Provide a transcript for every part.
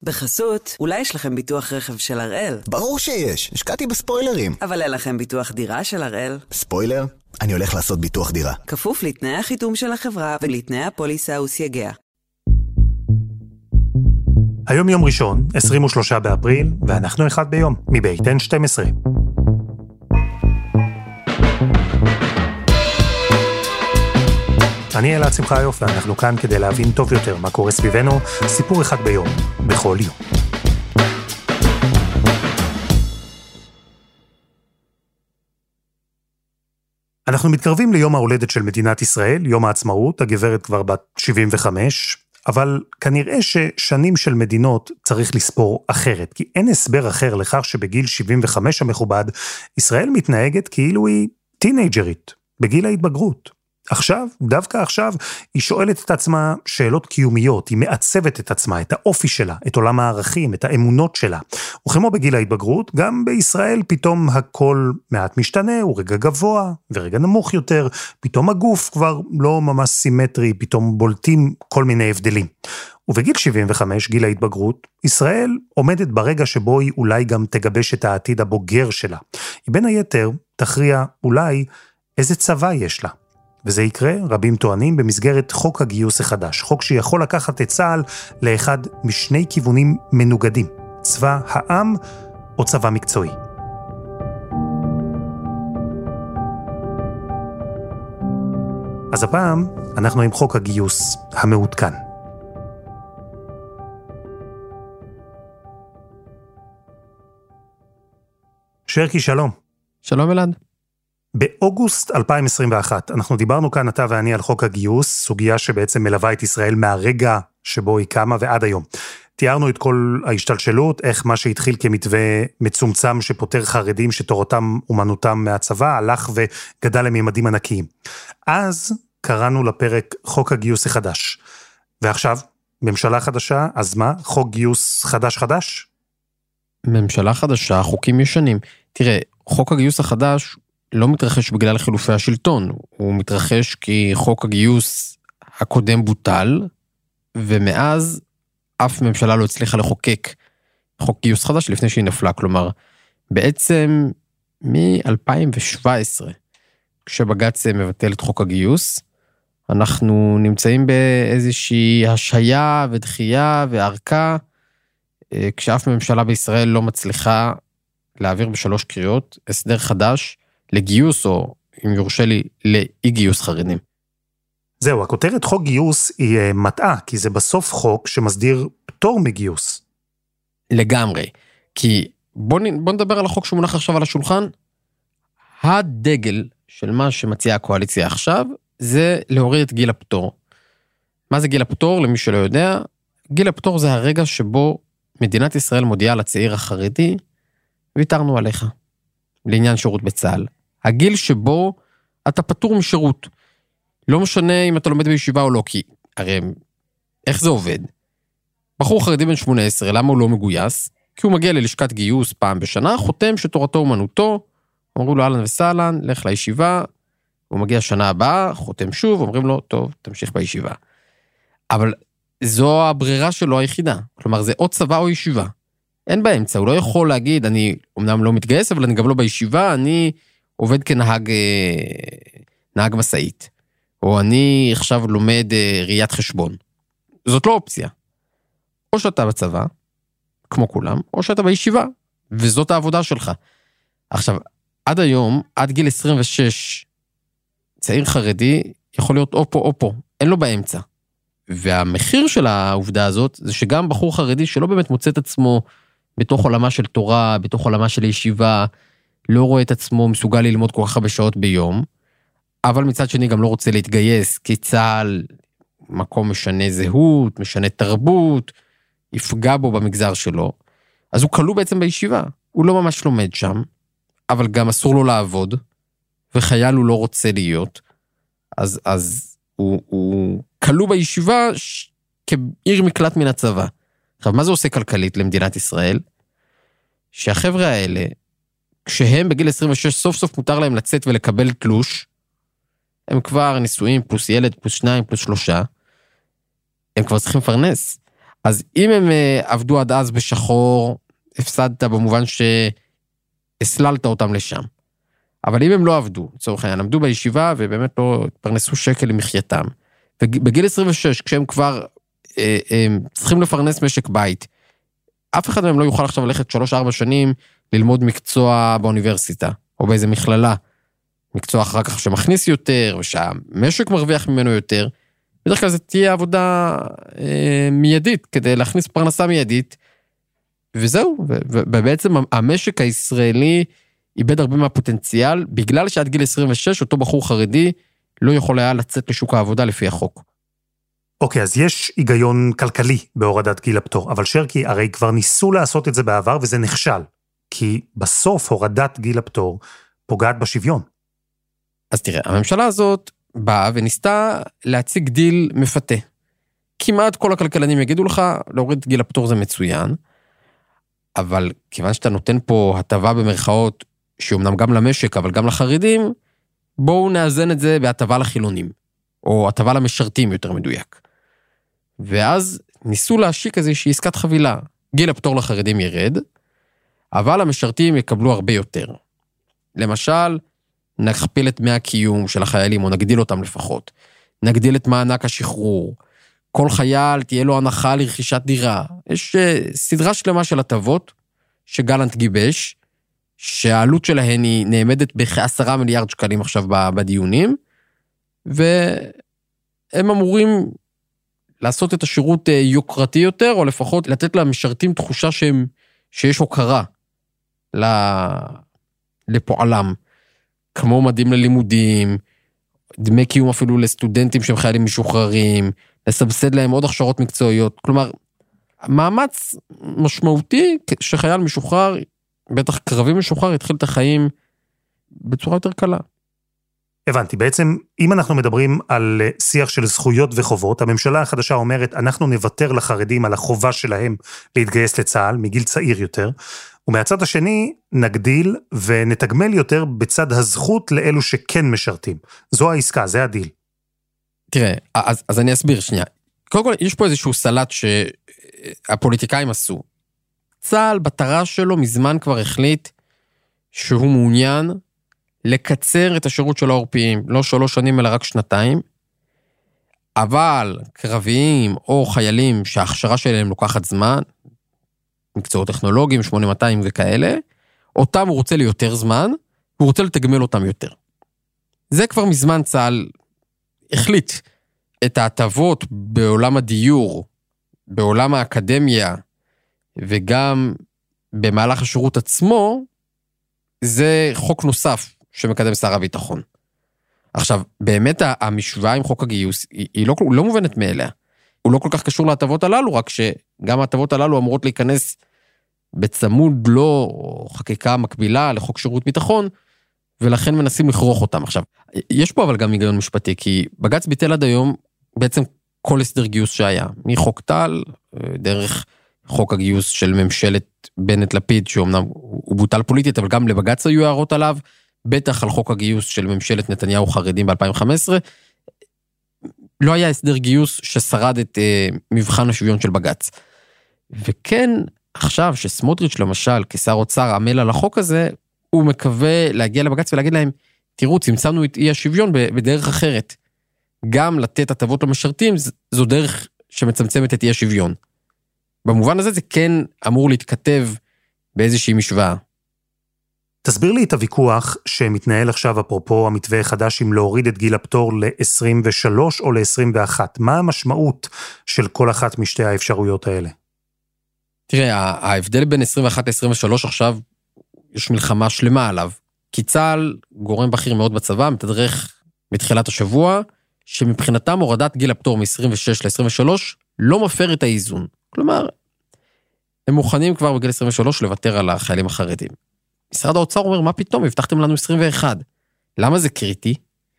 בחסות, אולי יש לכם ביטוח רכב של הראל? ברור שיש, השקעתי בספוילרים. אבל אין לכם ביטוח דירה של הראל? ספוילר? אני הולך לעשות ביטוח דירה. כפוף לתנאי החיתום של החברה ולתנאי הפוליסה וסייגיה. היום יום ראשון, 23 באפריל, ואנחנו אחד ביום, מבית N12. אני אלעד שמחיוף, ואנחנו כאן כדי להבין טוב יותר מה קורה סביבנו, סיפור אחד ביום, בכל יום. אנחנו מתקרבים ליום ההולדת של מדינת ישראל, יום העצמאות, הגברת כבר בת 75, אבל כנראה ששנים של מדינות צריך לספור אחרת, כי אין הסבר אחר לכך שבגיל 75 המכובד, ישראל מתנהגת כאילו היא טינג'רית, בגיל ההתבגרות. עכשיו, דווקא עכשיו, היא שואלת את עצמה שאלות קיומיות, היא מעצבת את עצמה, את האופי שלה, את עולם הערכים, את האמונות שלה. וכמו בגיל ההתבגרות, גם בישראל פתאום הכל מעט משתנה, הוא רגע גבוה ורגע נמוך יותר, פתאום הגוף כבר לא ממש סימטרי, פתאום בולטים כל מיני הבדלים. ובגיל 75, גיל ההתבגרות, ישראל עומדת ברגע שבו היא אולי גם תגבש את העתיד הבוגר שלה. היא בין היתר תכריע אולי איזה צבא יש לה. וזה יקרה, רבים טוענים, במסגרת חוק הגיוס החדש. חוק שיכול לקחת את צה"ל לאחד משני כיוונים מנוגדים. צבא העם או צבא מקצועי. אז הפעם אנחנו עם חוק הגיוס המעודכן. שרקי, שלום. שלום אלעד. באוגוסט 2021, אנחנו דיברנו כאן אתה ואני על חוק הגיוס, סוגיה שבעצם מלווה את ישראל מהרגע שבו היא קמה ועד היום. תיארנו את כל ההשתלשלות, איך מה שהתחיל כמתווה מצומצם שפותר חרדים שתורתם אומנותם מהצבא, הלך וגדל לממדים ענקיים. אז קראנו לפרק חוק הגיוס החדש. ועכשיו, ממשלה חדשה, אז מה? חוק גיוס חדש? ממשלה חדשה, חוקים ישנים. תראה, חוק הגיוס החדש לא מתרחש בגלל חילופי השלטון, הוא מתרחש כי חוק הגיוס הקודם בוטל, ומאז אף ממשלה לא הצליחה לחוקק חוק גיוס חדש לפני שהיא נפלה, כלומר, בעצם מ-2017, כשבג"ץ מבטל את חוק הגיוס, אנחנו נמצאים באיזושהי השהיה ודחייה וארכה, כשאף ממשלה בישראל לא מצליחה להעביר בשלוש קריאות, הסדר חדש, לגיוס, או אם יורשה לי, לאי גיוס חרדים. זהו, הכותרת חוק גיוס היא מטעה, כי זה בסוף חוק שמסדיר פטור מגיוס. לגמרי, כי בוא נדבר על החוק שמונח עכשיו על השולחן. הדגל של מה שמציעה הקואליציה עכשיו, זה להוריד את גיל הפטור. מה זה גיל הפטור? למי שלא יודע, גיל הפטור זה הרגע שבו מדינת ישראל מודיעה לצעיר החרדי, ויתרנו עליך, לעניין שירות בצה"ל. הגיל שבו אתה פטור משירות. לא משנה אם אתה לומד בישיבה או לא, כי הרי איך זה עובד? בחור חרדי בן 18, למה הוא לא מגויס? כי הוא מגיע ללשכת גיוס פעם בשנה, חותם שתורתו אומנותו, אומרים לו אהלן וסהלן, לך לישיבה, הוא מגיע שנה הבאה, חותם שוב, אומרים לו, טוב, תמשיך בישיבה. אבל זו הברירה שלו היחידה, כלומר זה או צבא או ישיבה. אין באמצע, הוא לא יכול להגיד, אני אמנם לא מתגייס, אבל אני גם לא בישיבה, אני עובד כנהג מסעית, או אני עכשיו לומד ראיית חשבון. זאת לא אופציה. או שאתה בצבא, כמו כולם, או שאתה בישיבה, וזאת העבודה שלך. עכשיו, עד היום, עד גיל 26, צעיר חרדי יכול להיות או פה או פה, אין לו באמצע. והמחיר של העובדה הזאת, זה שגם בחור חרדי שלא באמת מוצא את עצמו בתוך עולמה של תורה, בתוך עולמה של ישיבה, לא רואה את עצמו מסוגל ללמוד כל כך הרבה שעות ביום, אבל מצד שני גם לא רוצה להתגייס, כי צה"ל מקום משנה זהות, משנה תרבות, יפגע בו במגזר שלו, אז הוא כלוא בעצם בישיבה, הוא לא ממש לומד שם, אבל גם אסור לו לעבוד, וחייל הוא לא רוצה להיות, אז הוא כלוא בישיבה כעיר מקלט מן הצבא. עכשיו, מה זה עושה כלכלית למדינת ישראל? שהחבר'ה האלה, כשהם בגיל 26 סוף סוף מותר להם לצאת ולקבל תלוש, הם כבר נישואים פלוס ילד פלוס 2 פלוס 3, הם כבר צריכים לפרנס. אז אם הם עבדו עד אז בשחור, הפסדת במובן שהסללת אותם לשם. אבל אם הם לא עבדו, לצורך העניין, עמדו בישיבה ובאמת לא פרנסו שקל למחייתם, ובגיל 26, כשהם כבר צריכים לפרנס משק בית, אף אחד מהם לא יוכל עכשיו ללכת 3-4 שנים ללמוד מקצוע באוניברסיטה, או באיזה מכללה, מקצוע אחר כך שמכניס יותר, ושהמשק מרוויח ממנו יותר, בדרך כלל זה תהיה עבודה מיידית, כדי להכניס פרנסה מיידית, וזהו, ובעצם המשק הישראלי איבד הרבה מהפוטנציאל, בגלל שעד גיל 26, אותו בחור חרדי לא יכול היה לצאת לשוק העבודה לפי החוק. אוקיי, אז יש היגיון כלכלי בהורדת גיל הפטור, אבל שרקי, הרי כבר ניסו לעשות את זה בעבר, וזה נכשל, כי בסוף הורדת גיל הפטור פוגעת בשוויון. אז תראה, הממשלה הזאת באה וניסתה להציג דיל מפתה. כמעט כל הכלכלנים יגידו לך, להוריד גיל הפטור זה מצוין, אבל כיוון שאתה נותן פה הטבה במרכאות, שאומנם גם למשק, אבל גם לחרדים, בואו נאזן את זה בהטבה לחילונים, או הטבה למשרתים יותר מדויק. ואז ניסו להשיק איזושהי עסקת חבילה. גיל הפטור לחרדים ירד, אבל המשרתים יקבלו הרבה יותר. למשל, נכפיל את דמי הקיום של החיילים, או נגדיל אותם לפחות. נגדיל את מענק השחרור. כל חייל תהיה לו הנחה לרכישת דירה. יש סדרה שלמה של הטבות שגלנט גיבש, שהעלות שלהן היא נעמדת בכ10 מיליארד שקלים עכשיו בדיונים, והם אמורים לעשות את השירות יוקרתי יותר, או לפחות לתת למשרתים תחושה שיש הוקרה לפועלם, כמו מדים ללימודים, דמי קיום אפילו לסטודנטים שהם חיילים משוחררים, לסבסד להם עוד הכשרות מקצועיות, כלומר, מאמץ משמעותי שחייל משוחרר, בטח קרבי משוחרר, יתחיל את החיים בצורה יותר קלה. הבנתי, בעצם אם אנחנו מדברים על שיח של זכויות וחובות, הממשלה החדשה אומרת, אנחנו נוותר לחרדים על החובה שלהם להתגייס לצה"ל, מגיל צעיר יותר, ומהצד השני נגדיל ונתגמל יותר בצד הזכות לאלו שכן משרתים. זו העסקה, זה הדיל. תראה, אז אני אסביר שנייה. קודם כל, יש פה איזשהו סלט שהפוליטיקאים עשו. צה"ל בתר"ש שלו מזמן כבר החליט שהוא מעוניין לקצר את השירות של העורפיים, לא 3 שנים אלא רק 2, אבל קרביים או חיילים שההכשרה שלהם לוקחת זמן, מקצועות טכנולוגיים, 8200 וכאלה, אותם הוא רוצה ליותר זמן, הוא רוצה לתגמל אותם יותר. זה כבר מזמן צה"ל החליט את ההטבות בעולם הדיור, בעולם האקדמיה, וגם במהלך השירות עצמו, זה חוק נוסף שמקדם שר הביטחון. עכשיו, באמת המשוואה עם חוק הגיוס, היא לא מובנת מאליה. הוא לא כל כך קשור להטבות הללו, רק שגם ההטבות הללו אמורות להיכנס בצמוד לו, או חקיקה מקבילה לחוק שירות ביטחון, ולכן מנסים לכרוך אותם. עכשיו, יש פה אבל גם היגיון משפטי, כי בג"ץ ביטל עד היום בעצם כל הסדר גיוס שהיה, מחוק טל, דרך חוק הגיוס של ממשלת בנט לפיד, שאומנם הוא בוטל פוליטית, אבל גם לבג"ץ היו הערות עליו, בטח על חוק הגיוס של ממשלת נתניהו חרדים ב-2015, לא היה הסדר גיוס ששרד את מבחן השוויון של בג"ץ. וכן, עכשיו שסמוטריץ' למשל, כשר אוצר עמל על החוק הזה, הוא מקווה להגיע לבג"ץ ולהגיד להם, תראו, צמצמנו את אי השוויון בדרך אחרת. גם לתת הטבות למשרתים, זו דרך שמצמצמת את אי השוויון. במובן הזה זה כן אמור להתכתב באיזושהי משוואה. תסביר לי את הוויכוח שמתנהל עכשיו אפרופו המתווה החדש עם להוריד את גיל הפטור ל-23 או ל-21. מה המשמעות של כל אחת משתי האפשרויות האלה? תראה, ההבדל בין 21 ל-23 עכשיו יש מלחמה שלמה עליו. כי צה"ל, גורם בכיר מאוד בצבא, מתדרך בתחילת השבוע, שמבחינתם הורדת גיל הפטור מ-26 ל-23 לא מפר את האיזון. כלומר, הם מוכנים כבר בגיל 23 לוותר על החיילים החרדים. משרד האוצר אומר, מה פתאום? הבטחתם לנו 21. למה זה קריטי?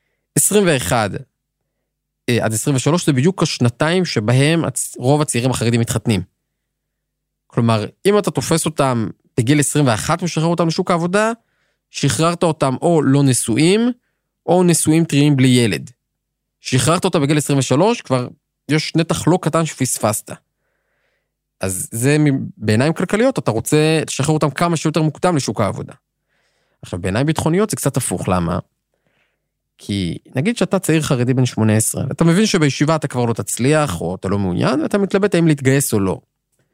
21 עד 23 זה בדיוק השנתיים שבהם רוב הצעירים החרדים מתחתנים. כלומר, אם אתה תופס אותם בגיל 21 משחרר אותם לשוק העבודה, שחררת אותם או לא נשואים, או נשואים טריים בלי ילד. שחררת אותם בגיל 23, כבר יש נתח לא קטן שפספסת. אז זה בעיניים כלכליות, אתה רוצה לשחרר אותם כמה שיותר מוקדם לשוק העבודה. עכשיו, בעיניים ביטחוניות זה קצת הפוך, למה? כי נגיד שאתה צעיר חרדי בן 18, אתה מבין שבישיבה אתה כבר לא תצליח, או אתה לא מעוניין, ואתה מתלבט האם להתגייס או לא.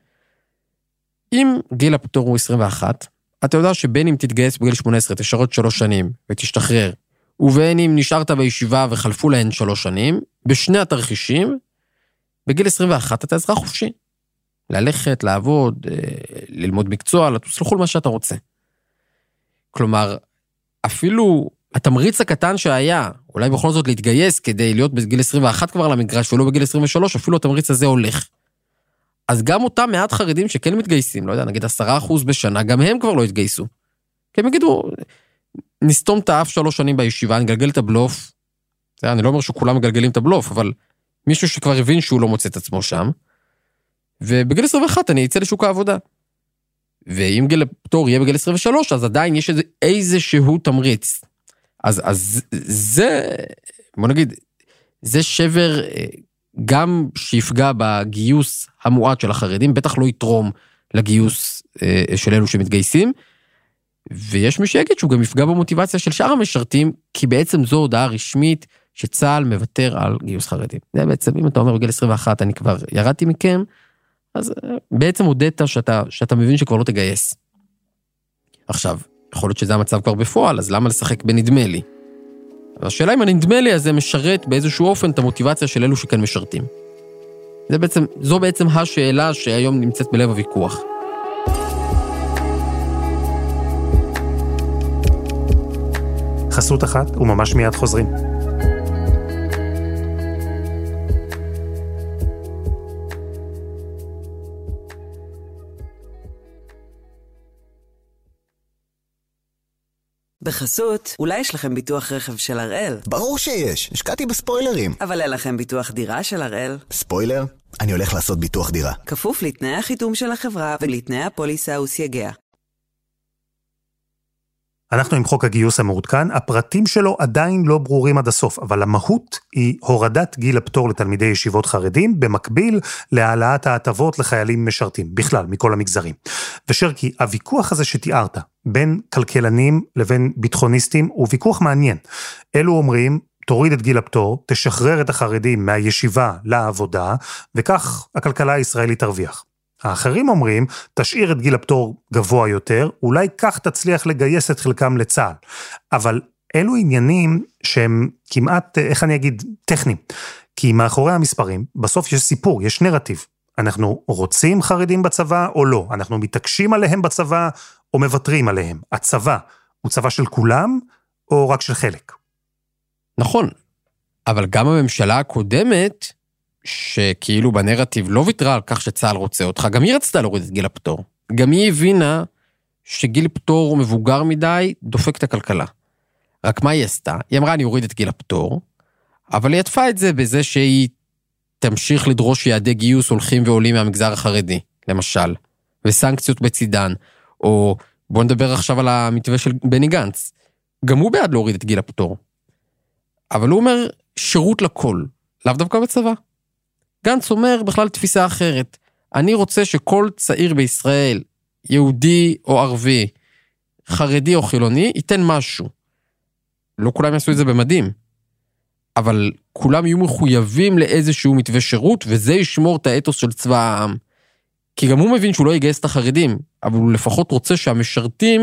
אם גיל הפטור הוא 21, אתה יודע שבין אם תתגייס בגיל 18, תשרת 3 שנים ותשתחרר, ובין אם נשארת בישיבה וחלפו להן 3 שנים, בשני התרחישים, בגיל 21 אתה אזרח חופשי. ללכת, לעבוד, ללמוד מקצוע, לטוס לחו"ל מה שאתה רוצה. כלומר, אפילו התמריץ הקטן שהיה, אולי בכל זאת להתגייס כדי להיות בגיל 21 כבר למגרש, ולא בגיל 23, אפילו התמריץ הזה הולך. אז גם אותם מעט חרדים שכן מתגייסים, לא יודע, נגיד 10% בשנה, גם הם כבר לא התגייסו. כי הם יגידו, נסתום את האף 3 שנים בישיבה, נגלגל את הבלוף, אני לא אומר שכולם מגלגלים את הבלוף, אבל מישהו שכבר הבין שהוא לא מוצא את עצמו שם, ובגיל 21 אני אצא לשוק העבודה. ואם גיל הפטור יהיה בגיל 23, אז עדיין יש איזשהו תמריץ. אז זה, בוא נגיד, זה שבר גם שיפגע בגיוס המועט של החרדים, בטח לא יתרום לגיוס של אלו שמתגייסים, ויש מי שיגיד שהוא גם יפגע במוטיבציה של שאר המשרתים, כי בעצם זו הודעה רשמית שצה"ל מוותר על גיוס חרדים. זה בעצם, אם אתה אומר בגיל 21 אני כבר ירדתי מכם, אז בעצם הודעת שאתה מבין שכבר לא תגייס. עכשיו, יכול להיות שזה המצב כבר בפועל, אז למה לשחק בנדמה לי? השאלה אם הנדמה לי הזה משרת באיזשהו אופן את המוטיבציה של אלו שכאן משרתים. זו בעצם השאלה שהיום נמצאת בלב הוויכוח. חסות אחת וממש מיד חוזרים. בחסות, אולי יש לכם ביטוח רכב של הראל? ברור שיש, השקעתי בספוילרים. אבל אין לכם ביטוח דירה של הראל? ספוילר? אני הולך לעשות ביטוח דירה. כפוף לתנאי החיתום של החברה ולתנאי הפוליסה וסייגיה. אנחנו עם חוק הגיוס המעודכן, הפרטים שלו עדיין לא ברורים עד הסוף, אבל המהות היא הורדת גיל הפטור לתלמידי ישיבות חרדים, במקביל להעלאת ההטבות לחיילים משרתים, בכלל, מכל המגזרים. ושרקי, הוויכוח הזה שתיארת, בין כלכלנים לבין ביטחוניסטים, הוא ויכוח מעניין. אלו אומרים, תוריד את גיל הפטור, תשחרר את החרדים מהישיבה לעבודה, וכך הכלכלה הישראלית תרוויח. האחרים אומרים, תשאיר את גיל הפטור גבוה יותר, אולי כך תצליח לגייס את חלקם לצה"ל. אבל אלו עניינים שהם כמעט, איך אני אגיד, טכניים. כי מאחורי המספרים, בסוף יש סיפור, יש נרטיב. אנחנו רוצים חרדים בצבא או לא? אנחנו מתעקשים עליהם בצבא או מוותרים עליהם? הצבא הוא צבא של כולם או רק של חלק? נכון, אבל גם הממשלה הקודמת, שכאילו בנרטיב לא ויתרה על כך שצה"ל רוצה אותך, גם היא רצתה להוריד את גיל הפטור. גם היא הבינה שגיל פטור מבוגר מדי דופק את הכלכלה. רק מה היא עשתה? היא אמרה, אני אוריד את גיל הפטור, אבל היא עטפה את זה בזה שהיא תמשיך לדרוש יעדי גיוס הולכים ועולים מהמגזר החרדי, למשל, וסנקציות בצידן, או בוא נדבר עכשיו על המתווה של בני גנץ. גם הוא בעד להוריד את גיל הפטור. אבל הוא אומר, שירות לכל, לאו דווקא בצבא. גנץ אומר בכלל תפיסה אחרת. אני רוצה שכל צעיר בישראל, יהודי או ערבי, חרדי או חילוני, ייתן משהו. לא כולם יעשו את זה במדים, אבל כולם יהיו מחויבים לאיזשהו מתווה שירות, וזה ישמור את האתוס של צבא העם. כי גם הוא מבין שהוא לא יגייס את החרדים, אבל הוא לפחות רוצה שהמשרתים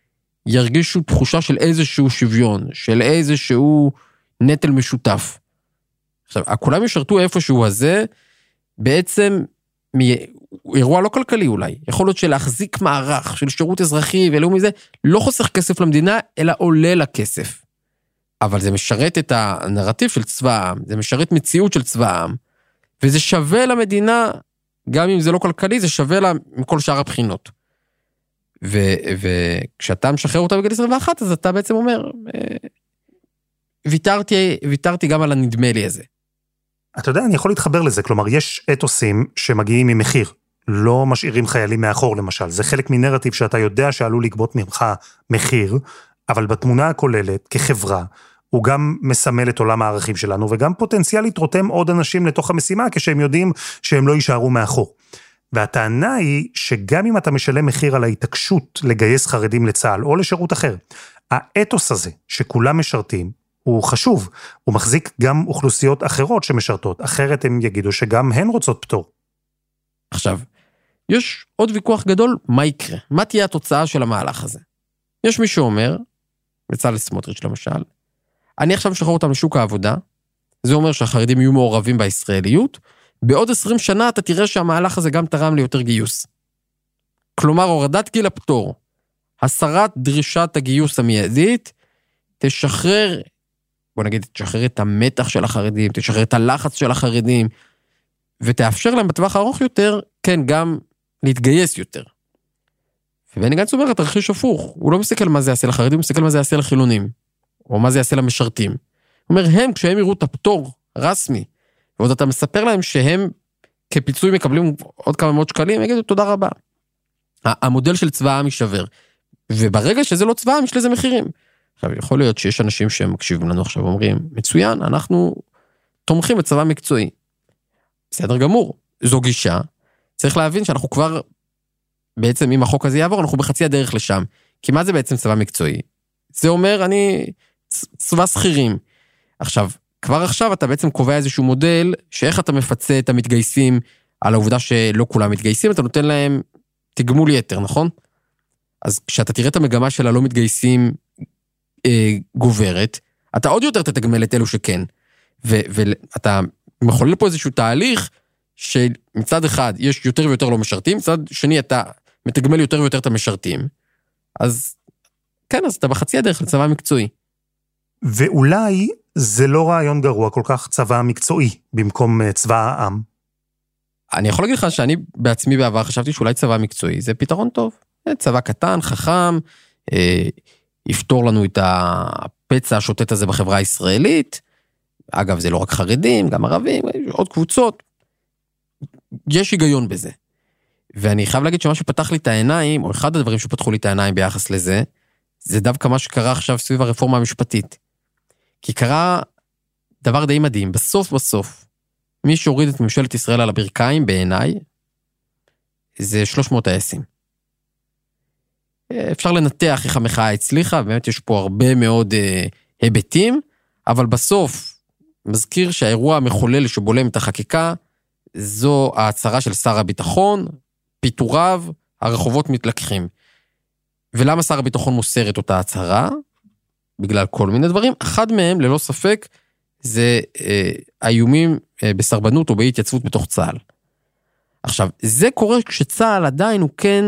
ירגישו תחושה של איזשהו שוויון, של איזשהו נטל משותף. עכשיו, כולם ישרתו איפשהו הזה, בעצם אירוע לא כלכלי אולי. יכול להיות שלהחזיק מערך של שירות אזרחי ולאומי זה, לא חוסך כסף למדינה, אלא עולה לה כסף. אבל זה משרת את הנרטיב של צבא העם, זה משרת מציאות של צבא העם, וזה שווה למדינה, גם אם זה לא כלכלי, זה שווה לה מכל שאר הבחינות. וכשאתה משחרר אותה בגיל 21, אז אתה בעצם אומר, ויתרתי גם על הנדמה לי הזה. אתה יודע, אני יכול להתחבר לזה, כלומר, יש אתוסים שמגיעים עם מחיר, לא משאירים חיילים מאחור למשל, זה חלק מנרטיב שאתה יודע שעלול לגבות ממך מחיר, אבל בתמונה הכוללת, כחברה, הוא גם מסמל את עולם הערכים שלנו, וגם פוטנציאלית רותם עוד אנשים לתוך המשימה, כשהם יודעים שהם לא יישארו מאחור. והטענה היא שגם אם אתה משלם מחיר על ההתעקשות לגייס חרדים לצה"ל או לשירות אחר, האתוס הזה שכולם משרתים הוא חשוב, הוא מחזיק גם אוכלוסיות אחרות שמשרתות, אחרת הם יגידו שגם הן רוצות פטור. עכשיו, יש עוד ויכוח גדול, מה יקרה? מה תהיה התוצאה של המהלך הזה? יש מי שאומר, בצלאל סמוטריץ' למשל, אני עכשיו משחרר אותם לשוק העבודה, זה אומר שהחרדים יהיו מעורבים בישראליות, בעוד 20 שנה אתה תראה שהמהלך הזה גם תרם ליותר גיוס. כלומר, הורדת גיל הפטור, הסרת דרישת הגיוס המיידית, תשחרר, בוא נגיד, תשחרר את המתח של החרדים, תשחרר את הלחץ של החרדים, ותאפשר להם בטווח הארוך יותר, כן, גם להתגייס יותר. ובני גנץ אומר, התרחיש הפוך, הוא לא מסתכל מה זה יעשה לחרדים, הוא מסתכל מה זה יעשה לחילונים, או מה זה יעשה למשרתים. הוא אומר, כשהם יראו את הפטור רסמי, ועוד אתה מספר להם שהם כפיצוי מקבלים עוד כמה מאות שקלים, הם יגידו תודה רבה. המודל של צבא העם יישבר, וברגע שזה לא צבא העם, יש לזה מחירים. עכשיו, יכול להיות שיש אנשים שהם מקשיבים לנו עכשיו ואומרים, מצוין, אנחנו תומכים בצבא מקצועי. בסדר גמור, זו גישה, צריך להבין שאנחנו כבר, בעצם אם החוק הזה יעבור, אנחנו בחצי הדרך לשם. כי מה זה בעצם צבא מקצועי? זה אומר, צבא שכירים. עכשיו, כבר עכשיו אתה בעצם קובע איזשהו מודל, שאיך אתה מפצה את המתגייסים, על העובדה שלא כולם מתגייסים, אתה נותן להם תגמול יתר, נכון? אז כשאתה תראה את המגמה של הלא מתגייסים גוברת, אתה עוד יותר תתגמל את אלו שכן. ואתה מחולל פה איזשהו תהליך, שמצד אחד יש יותר ויותר לא משרתים, מצד שני אתה מתגמל יותר ויותר את המשרתים, אז כן, אז אתה בחצי הדרך לצבא מקצועי. ואולי זה לא רעיון גרוע כל כך צבא מקצועי, במקום צבא העם. אני יכול להגיד לך שאני בעצמי בעבר חשבתי שאולי צבא מקצועי זה פתרון טוב. צבא קטן, חכם, יפתור לנו את הפצע השוטט הזה בחברה הישראלית. אגב, זה לא רק חרדים, גם ערבים, עוד קבוצות. יש היגיון בזה. ואני חייב להגיד שמה שפתח לי את העיניים, או אחד הדברים שפתחו לי את העיניים ביחס לזה, זה דווקא מה שקרה עכשיו סביב הרפורמה המשפטית. כי קרה דבר די מדהים, בסוף, מי שהוריד את ממשלת ישראל על הברכיים בעיניי, זה 300 טייסים. אפשר לנתח איך המחאה הצליחה, באמת יש פה הרבה מאוד היבטים, אבל בסוף מזכיר שהאירוע המחולל שבולם את החקיקה, זו ההצהרה של שר הביטחון, פיטוריו, הרחובות מתלקחים. ולמה שר הביטחון מוסר את אותה הצהרה? בגלל כל מיני דברים. אחד מהם, ללא ספק, זה האיומים בסרבנות או בהתייצבות בתוך צה"ל. עכשיו, זה קורה כשצה"ל עדיין הוא כן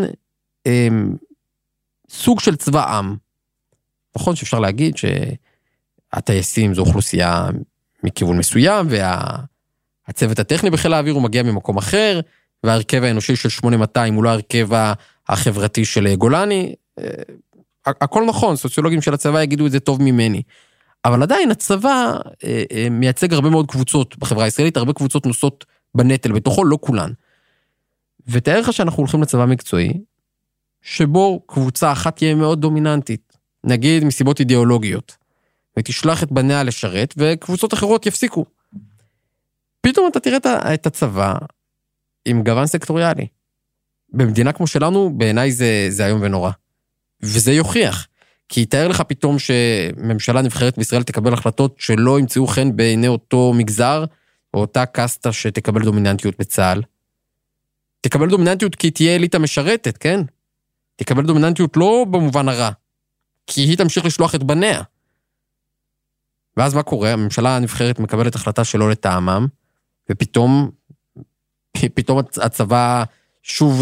סוג של צבא עם. נכון שאפשר להגיד שהטייסים זו אוכלוסייה מכיוון מסוים, והצוות הטכני בחיל האוויר הוא מגיע ממקום אחר, והרכב האנושי של 8200 הוא לא הרכב החברתי של גולני. הכל נכון, סוציולוגים של הצבא יגידו את זה טוב ממני. אבל עדיין הצבא מייצג הרבה מאוד קבוצות בחברה הישראלית, הרבה קבוצות נוסעות בנטל, בתוכו לא כולן. ותאר לך שאנחנו הולכים לצבא מקצועי, שבו קבוצה אחת תהיה מאוד דומיננטית, נגיד מסיבות אידיאולוגיות, ותשלח את בניה לשרת, וקבוצות אחרות יפסיקו. פתאום אתה תראה את הצבא עם גוון סקטוריאלי. במדינה כמו שלנו, בעיניי זה היום ונורא. וזה יוכיח. כי תאר לך פתאום שממשלה נבחרת בישראל תקבל החלטות שלא ימצאו חן בעיני אותו מגזר, או אותה קסטה שתקבל דומיננטיות בצה"ל. תקבל דומיננטיות כי תהיה אליטה משרתת, כן? תקבל דומיננטיות לא במובן הרע, כי היא תמשיך לשלוח את בניה. ואז מה קורה? הממשלה הנבחרת מקבלת החלטה שלא לטעמם, ופתאום הצבא שוב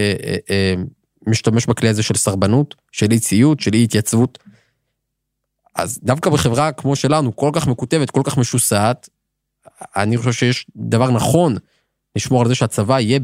משתמש בכלי הזה של סרבנות, של אי ציות, של אי התייצבות. אז דווקא בחברה כמו שלנו, כל כך מקוטבת, כל כך משוסעת, אני חושב שיש דבר נכון לשמור על זה שהצבא יהיה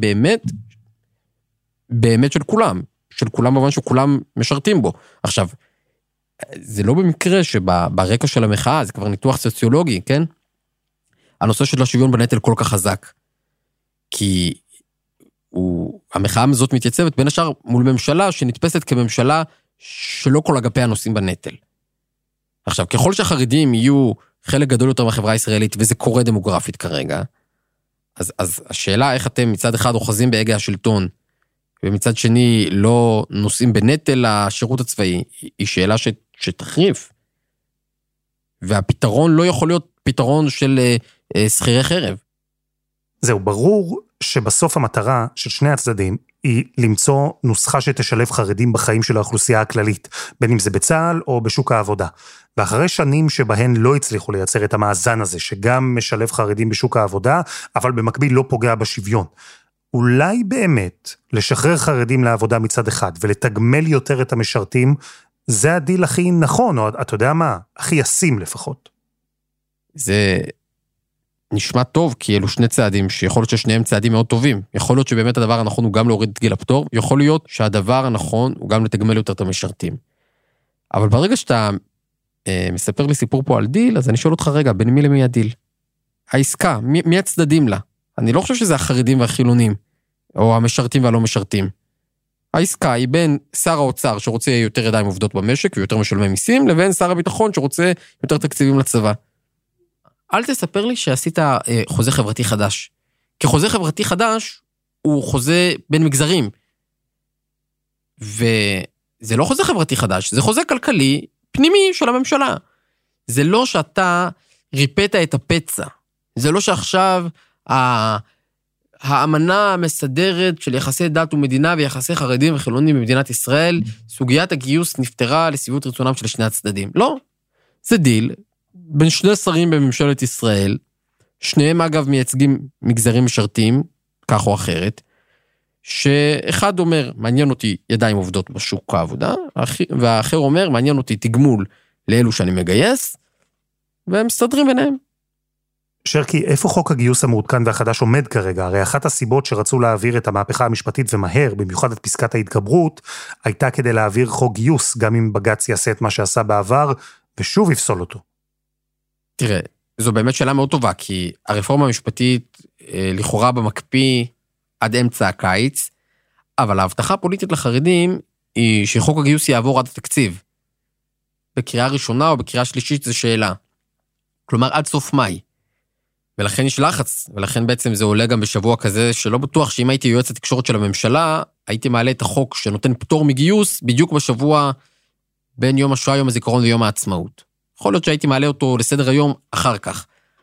באמת של כולם. של כולם במובן שכולם משרתים בו. עכשיו, זה לא במקרה שברקע של המחאה, זה כבר ניתוח סוציולוגי, כן? הנושא של השוויון בנטל כל כך חזק. כי המחאה הזאת מתייצבת בין השאר מול ממשלה שנתפסת כממשלה שלא כל אגפי הנושאים בנטל. עכשיו, ככל שהחרדים יהיו חלק גדול יותר מהחברה הישראלית, וזה קורה דמוגרפית כרגע, אז השאלה איך אתם מצד אחד אוחזים בהגה השלטון, ומצד שני לא נושאים בנטל השירות הצבאי, היא שאלה שתחריף. והפתרון לא יכול להיות פתרון של שכירי חרב. זהו, ברור שבסוף המטרה של שני הצדדים היא למצוא נוסחה שתשלב חרדים בחיים של האוכלוסייה הכללית, בין אם זה בצה"ל או בשוק העבודה. ואחרי שנים שבהן לא הצליחו לייצר את המאזן הזה, שגם משלב חרדים בשוק העבודה, אבל במקביל לא פוגע בשוויון. אולי באמת לשחרר חרדים לעבודה מצד אחד, ולתגמל יותר את המשרתים, זה הדיל הכי נכון, או אתה יודע מה, הכי ישים לפחות. זה נשמע טוב, כי אלו שני צעדים, שיכול להיות ששניהם צעדים מאוד טובים. יכול להיות שבאמת הדבר הנכון הוא גם להוריד את גיל הפטור, יכול להיות שהדבר הנכון הוא גם לתגמל יותר את המשרתים. אבל ברגע שאתה מספר לי סיפור פה על דיל, אז אני שואל אותך רגע, בין מי למי הדיל? העסקה, מי הצדדים לה? אני לא חושב שזה החרדים והחילונים, או המשרתים והלא משרתים. העסקה היא בין שר האוצר שרוצה יותר ידיים עובדות במשק ויותר משלמי מיסים, לבין שר הביטחון שרוצה יותר תקציבים לצבא. אל תספר לי שעשית חוזה חברתי חדש. כי חוזה חברתי חדש הוא חוזה בין מגזרים. וזה לא חוזה חברתי חדש, זה חוזה כלכלי פנימי של הממשלה. זה לא שאתה ריפאת את הפצע. זה לא שעכשיו האמנה המסדרת של יחסי דת ומדינה ויחסי חרדים וחילונים במדינת ישראל, סוגיית הגיוס נפתרה לסביבות רצונם של שני הצדדים. לא. זה דיל בין שני שרים בממשלת ישראל, שניהם אגב מייצגים מגזרים משרתים, כך או אחרת, שאחד אומר, מעניין אותי ידיים עובדות בשוק העבודה, והאחר אומר, מעניין אותי תגמול לאלו שאני מגייס, והם מסתדרים ביניהם. שרקי, איפה חוק הגיוס המעודכן והחדש עומד כרגע? הרי אחת הסיבות שרצו להעביר את המהפכה המשפטית ומהר, במיוחד את פסקת ההתגברות, הייתה כדי להעביר חוק גיוס, גם אם בג"ץ יעשה את מה שעשה בעבר, ושוב יפסול אותו. תראה, זו באמת שאלה מאוד טובה, כי הרפורמה המשפטית לכאורה במקפיא עד אמצע הקיץ, אבל ההבטחה הפוליטית לחרדים היא שחוק הגיוס יעבור עד התקציב. בקריאה ראשונה או בקריאה שלישית זה שאלה. כלומר, עד סוף מאי. ולכן יש לחץ, ולכן בעצם זה עולה גם בשבוע כזה, שלא בטוח שאם הייתי יועץ התקשורת של הממשלה, הייתי מעלה את החוק שנותן פטור מגיוס, בדיוק בשבוע בין יום השואה, יום הזיכרון ויום העצמאות. יכול להיות שהייתי מעלה אותו לסדר היום אחר כך.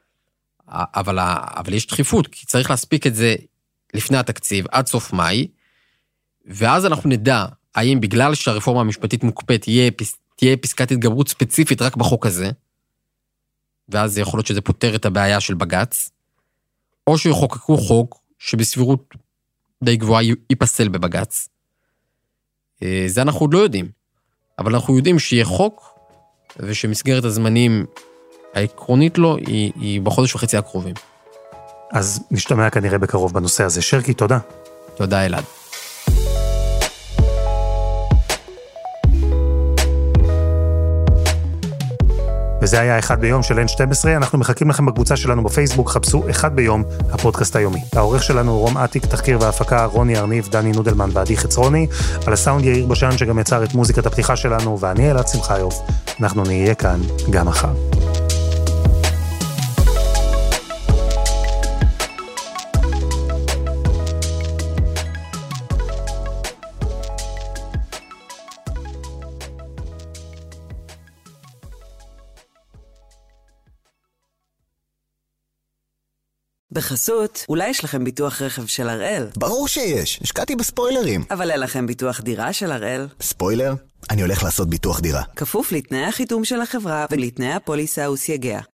אבל יש דחיפות, כי צריך להספיק את זה לפני התקציב, עד סוף מאי, ואז אנחנו נדע, האם בגלל שהרפורמה המשפטית מוקפאת, תהיה פסקת התגברות ספציפית רק בחוק הזה, ואז זה יכול להיות שזה פותר את הבעיה של בג"ץ, או שיחוקקו חוק שבסבירות די גבוהה ייפסל בבג"ץ. זה אנחנו עוד לא יודעים, אבל אנחנו יודעים שיהיה חוק, ושמסגרת הזמנים העקרונית לו היא בחודש וחצי הקרובים. אז נשתמע כנראה בקרוב בנושא הזה. שרקי, תודה. תודה אלעד. וזה היה אחד ביום של N12, אנחנו מחכים לכם בקבוצה שלנו בפייסבוק, חפשו אחד ביום, הפודקאסט היומי. העורך שלנו הוא רום עתיק, תחקיר והפקה, רוני ארניב, דני נודלמן ועדי חצרוני, על הסאונד יאיר בשן שגם יצר את מוזיקת הפתיחה שלנו, ואני אלעד שמחיוב, אנחנו נהיה כאן גם מחר. בחסות, אולי יש לכם ביטוח רכב של הראל? ברור שיש, השקעתי בספוילרים. אבל אין לכם ביטוח דירה של הראל? ספוילר? אני הולך לעשות ביטוח דירה. כפוף לתנאי החיתום של החברה ולתנאי הפוליסה וסייגיה.